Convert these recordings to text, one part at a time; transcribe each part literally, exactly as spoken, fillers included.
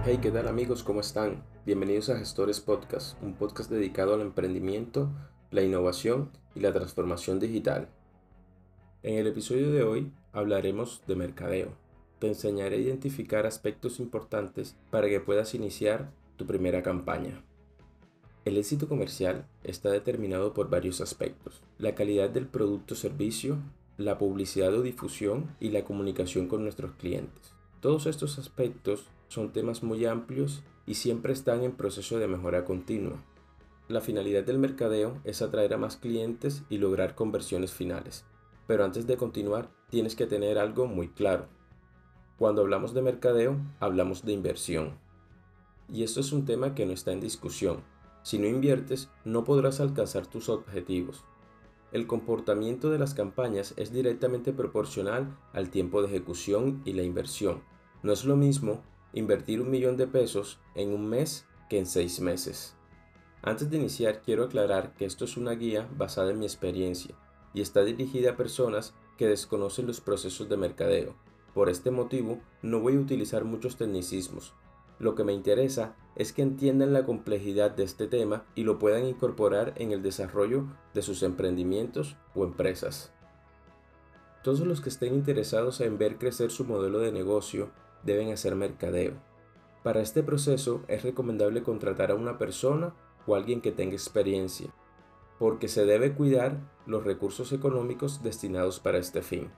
Hey, ¿qué tal amigos? ¿Cómo están? Bienvenidos a Gestores Podcast, un podcast dedicado al emprendimiento, la innovación y la transformación digital. En el episodio de hoy hablaremos de mercadeo. Te enseñaré a identificar aspectos importantes para que puedas iniciar tu primera campaña. El éxito comercial está determinado por varios aspectos: la calidad del producto o servicio, la publicidad o difusión y la comunicación con nuestros clientes. Todos estos aspectos son temas muy amplios y siempre están en proceso de mejora continua. La finalidad del mercadeo es atraer a más clientes y lograr conversiones finales. Pero antes de continuar, tienes que tener algo muy claro. Cuando hablamos de mercadeo, hablamos de inversión. Y esto es un tema que no está en discusión. Si no inviertes, no podrás alcanzar tus objetivos. El comportamiento de las campañas es directamente proporcional al tiempo de ejecución y la inversión. No es lo mismo invertir un millón de pesos en un mes que en seis meses. Antes de iniciar, quiero aclarar que esto es una guía basada en mi experiencia y está dirigida a personas que desconocen los procesos de mercadeo. Por este motivo, no voy a utilizar muchos tecnicismos. Lo que me interesa es que entiendan la complejidad de este tema y lo puedan incorporar en el desarrollo de sus emprendimientos o empresas. Todos los que estén interesados en ver crecer su modelo de negocio deben hacer mercadeo. Para este proceso es recomendable contratar a una persona o alguien que tenga experiencia, porque se debe cuidar los recursos económicos destinados para este fin.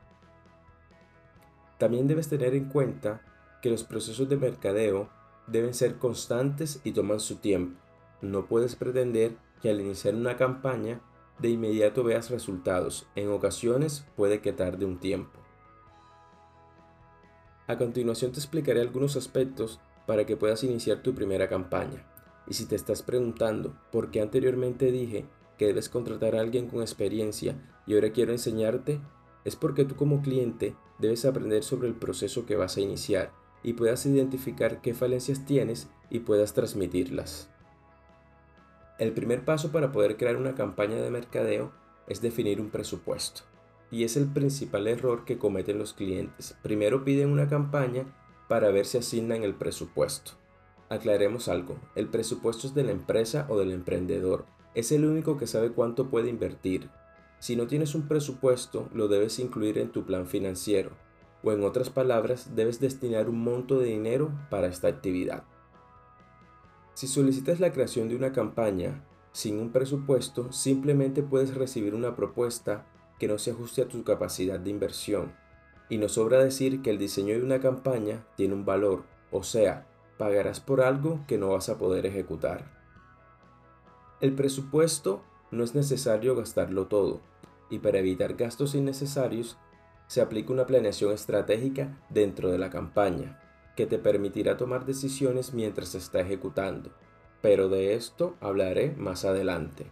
También debes tener en cuenta que los procesos de mercadeo deben ser constantes y toman su tiempo. No puedes pretender que al iniciar una campaña de inmediato veas resultados. En ocasiones puede que tarde un tiempo. A continuación te explicaré algunos aspectos para que puedas iniciar tu primera campaña. Y si te estás preguntando por qué anteriormente dije que debes contratar a alguien con experiencia y ahora quiero enseñarte, es porque tú como cliente debes aprender sobre el proceso que vas a iniciar y puedas identificar qué falencias tienes y puedas transmitirlas. El primer paso para poder crear una campaña de mercadeo es definir un presupuesto. Y es el principal error que cometen los clientes. Primero piden una campaña para ver si asignan el presupuesto. Aclaremos algo, el presupuesto es de la empresa o del emprendedor. Es el único que sabe cuánto puede invertir. Si no tienes un presupuesto, lo debes incluir en tu plan financiero. O en otras palabras, debes destinar un monto de dinero para esta actividad. Si solicitas la creación de una campaña sin un presupuesto, simplemente puedes recibir una propuesta que no se ajuste a tu capacidad de inversión. Y no sobra decir que el diseño de una campaña tiene un valor, o sea, pagarás por algo que no vas a poder ejecutar. El presupuesto no es necesario gastarlo todo, y para evitar gastos innecesarios, se aplica una planeación estratégica dentro de la campaña, que te permitirá tomar decisiones mientras se está ejecutando, pero de esto hablaré más adelante.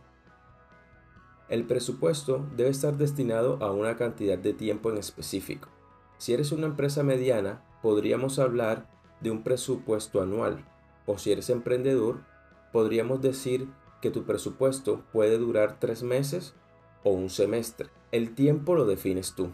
El presupuesto debe estar destinado a una cantidad de tiempo en específico. Si eres una empresa mediana, podríamos hablar de un presupuesto anual, o si eres emprendedor, podríamos decir que tu presupuesto puede durar tres meses o un semestre. El tiempo lo defines tú.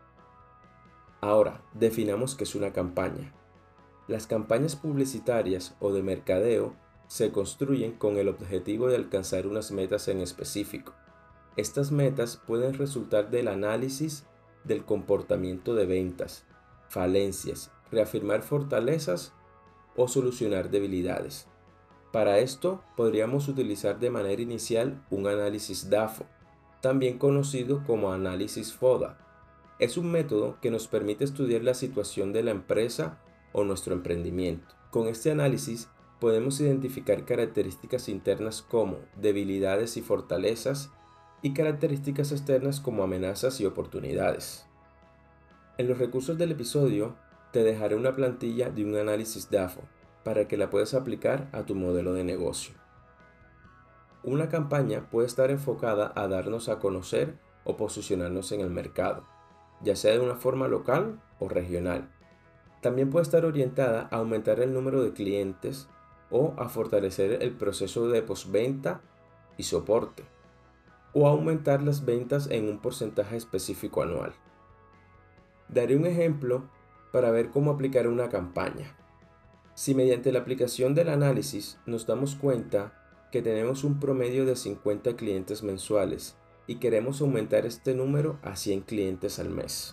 Ahora, definamos qué es una campaña. Las campañas publicitarias o de mercadeo se construyen con el objetivo de alcanzar unas metas en específico. Estas metas pueden resultar del análisis del comportamiento de ventas, falencias, reafirmar fortalezas o solucionar debilidades. Para esto podríamos utilizar de manera inicial un análisis DAFO, también conocido como análisis FODA. Es un método que nos permite estudiar la situación de la empresa o nuestro emprendimiento. Con este análisis podemos identificar características internas como debilidades y fortalezas y características externas como amenazas y oportunidades. En los recursos del episodio te dejaré una plantilla de un análisis DAFO para que la puedas aplicar a tu modelo de negocio. Una campaña puede estar enfocada a darnos a conocer o posicionarnos en el mercado, ya sea de una forma local o regional. También puede estar orientada a aumentar el número de clientes o a fortalecer el proceso de postventa y soporte, o a aumentar las ventas en un porcentaje específico anual. Daré un ejemplo para ver cómo aplicar una campaña. Si mediante la aplicación del análisis nos damos cuenta que tenemos un promedio de cincuenta clientes mensuales y queremos aumentar este número a cien clientes al mes.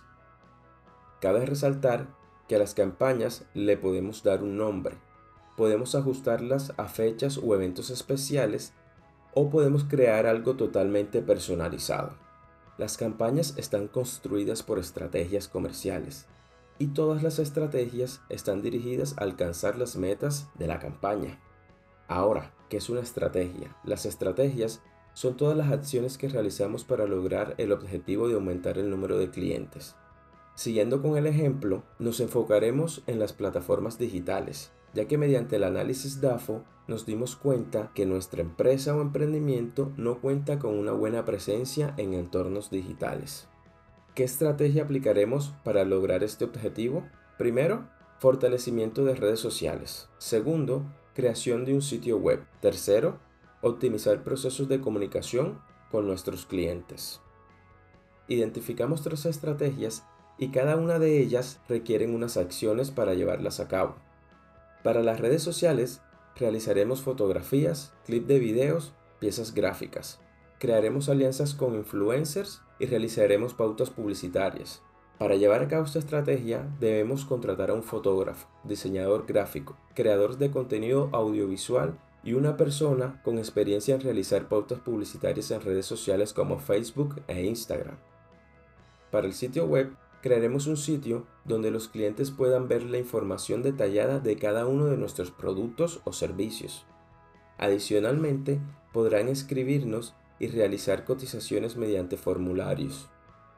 Cabe resaltar que a las campañas le podemos dar un nombre, podemos ajustarlas a fechas o eventos especiales o podemos crear algo totalmente personalizado. Las campañas están construidas por estrategias comerciales y todas las estrategias están dirigidas a alcanzar las metas de la campaña. Ahora, ¿qué es una estrategia? Las estrategias son todas las acciones que realizamos para lograr el objetivo de aumentar el número de clientes. Siguiendo con el ejemplo, nos enfocaremos en las plataformas digitales, ya que mediante el análisis D A F O nos dimos cuenta que nuestra empresa o emprendimiento no cuenta con una buena presencia en entornos digitales. ¿Qué estrategia aplicaremos para lograr este objetivo? Primero, fortalecimiento de redes sociales. Segundo, creación de un sitio web. Tercero, optimizar procesos de comunicación con nuestros clientes. Identificamos tres estrategias y cada una de ellas requieren unas acciones para llevarlas a cabo. Para las redes sociales, realizaremos fotografías, clips de videos, piezas gráficas. Crearemos alianzas con influencers y realizaremos pautas publicitarias. Para llevar a cabo esta estrategia, debemos contratar a un fotógrafo, diseñador gráfico, creador de contenido audiovisual y una persona con experiencia en realizar pautas publicitarias en redes sociales como Facebook e Instagram. Para el sitio web, crearemos un sitio donde los clientes puedan ver la información detallada de cada uno de nuestros productos o servicios. Adicionalmente, podrán escribirnos y realizar cotizaciones mediante formularios.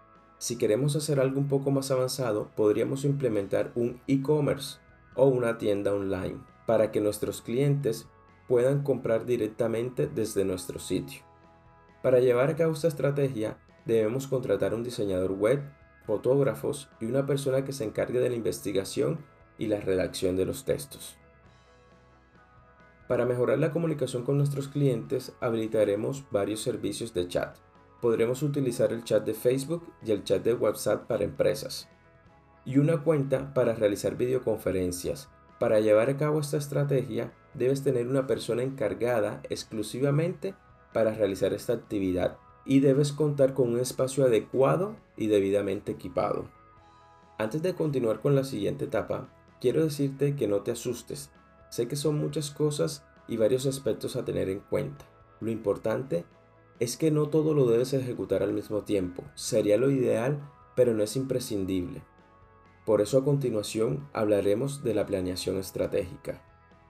Si queremos hacer algo un poco más avanzado, podríamos implementar un e-commerce o una tienda online para que nuestros clientes puedan comprar directamente desde nuestro sitio. Para llevar a cabo esta estrategia, debemos contratar un diseñador web, fotógrafos y una persona que se encargue de la investigación y la redacción de los textos. Para mejorar la comunicación con nuestros clientes, habilitaremos varios servicios de chat. Podremos utilizar el chat de Facebook y el chat de WhatsApp para empresas, y una cuenta para realizar videoconferencias. Para llevar a cabo esta estrategia, debes tener una persona encargada exclusivamente para realizar esta actividad y debes contar con un espacio adecuado y debidamente equipado. Antes de continuar con la siguiente etapa, quiero decirte que no te asustes. Sé que son muchas cosas y varios aspectos a tener en cuenta. Lo importante es que no todo lo debes ejecutar al mismo tiempo. Sería lo ideal, pero no es imprescindible. Por eso a continuación hablaremos de la planeación estratégica.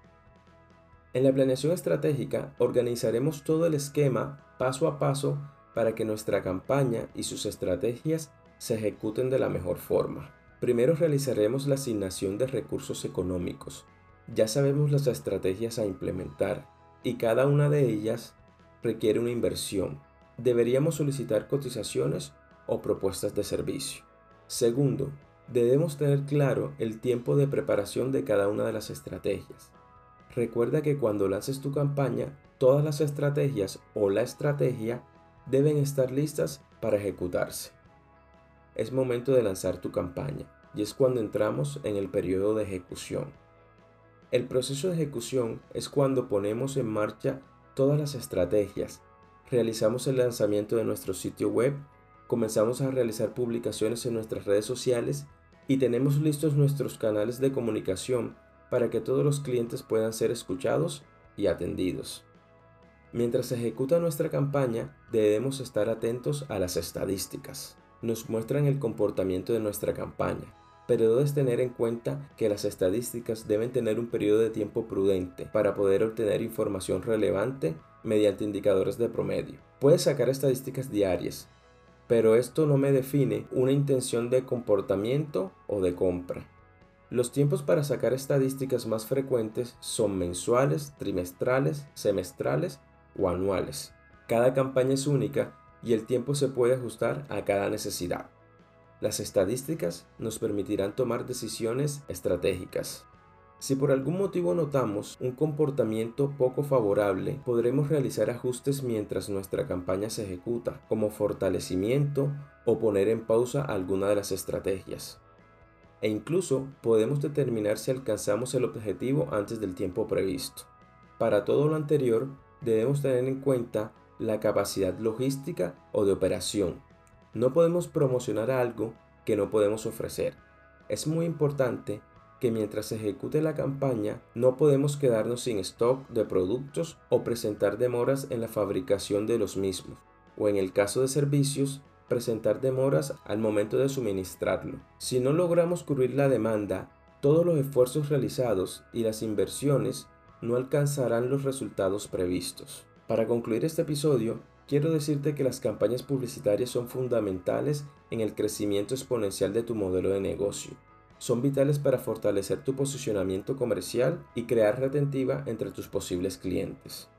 En la planeación estratégica organizaremos todo el esquema paso a paso para que nuestra campaña y sus estrategias se ejecuten de la mejor forma. Primero realizaremos la asignación de recursos económicos. Ya sabemos las estrategias a implementar y cada una de ellas requiere una inversión. Deberíamos solicitar cotizaciones o propuestas de servicio. Segundo, debemos tener claro el tiempo de preparación de cada una de las estrategias. Recuerda que cuando lances tu campaña, todas las estrategias o la estrategia deben estar listas para ejecutarse. Es momento de lanzar tu campaña y es cuando entramos en el periodo de ejecución. El proceso de ejecución es cuando ponemos en marcha todas las estrategias, realizamos el lanzamiento de nuestro sitio web, comenzamos a realizar publicaciones en nuestras redes sociales y tenemos listos nuestros canales de comunicación para que todos los clientes puedan ser escuchados y atendidos. Mientras se ejecuta nuestra campaña, debemos estar atentos a las estadísticas. Nos muestran el comportamiento de nuestra campaña, pero debes tener en cuenta que las estadísticas deben tener un periodo de tiempo prudente para poder obtener información relevante mediante indicadores de promedio. Puedes sacar estadísticas diarias, pero esto no me define una intención de comportamiento o de compra. Los tiempos para sacar estadísticas más frecuentes son mensuales, trimestrales, semestrales o anuales. Cada campaña es única y el tiempo se puede ajustar a cada necesidad. Las estadísticas nos permitirán tomar decisiones estratégicas. Si por algún motivo notamos un comportamiento poco favorable, podremos realizar ajustes mientras nuestra campaña se ejecuta, como fortalecimiento o poner en pausa alguna de las estrategias. e incluso podemos determinar si alcanzamos el objetivo antes del tiempo previsto. Para todo lo anterior, debemos tener en cuenta la capacidad logística o de operación. No podemos promocionar algo que no podemos ofrecer. Es muy importante que mientras se ejecute la campaña no podemos quedarnos sin stock de productos o presentar demoras en la fabricación de los mismos, o en el caso de servicios, presentar demoras al momento de suministrarlo. Si no logramos cubrir la demanda, todos los esfuerzos realizados y las inversiones no alcanzarán los resultados previstos. Para concluir este episodio, quiero decirte que las campañas publicitarias son fundamentales en el crecimiento exponencial de tu modelo de negocio. Son vitales para fortalecer tu posicionamiento comercial y crear retentiva entre tus posibles clientes.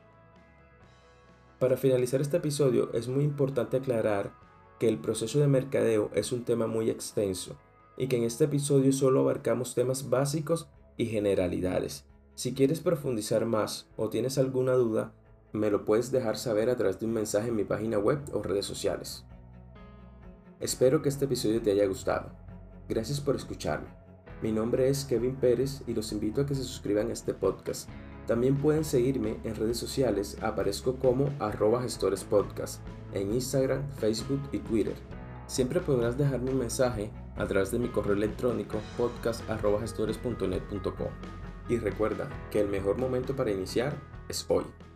Para finalizar este episodio, es muy importante aclarar que el proceso de mercadeo es un tema muy extenso y que en este episodio solo abarcamos temas básicos y generalidades. Si quieres profundizar más o tienes alguna duda, me lo puedes dejar saber a través de un mensaje en mi página web o redes sociales. Espero que este episodio te haya gustado. Gracias por escucharme. Mi nombre es Kevin Pérez y los invito a que se suscriban a este podcast. También pueden seguirme en redes sociales, aparezco como arroba gestorespodcast en Instagram, Facebook y Twitter. Siempre podrás dejarme un mensaje a través de mi correo electrónico podcast arroba gestores punto net punto com. Y recuerda que el mejor momento para iniciar es hoy.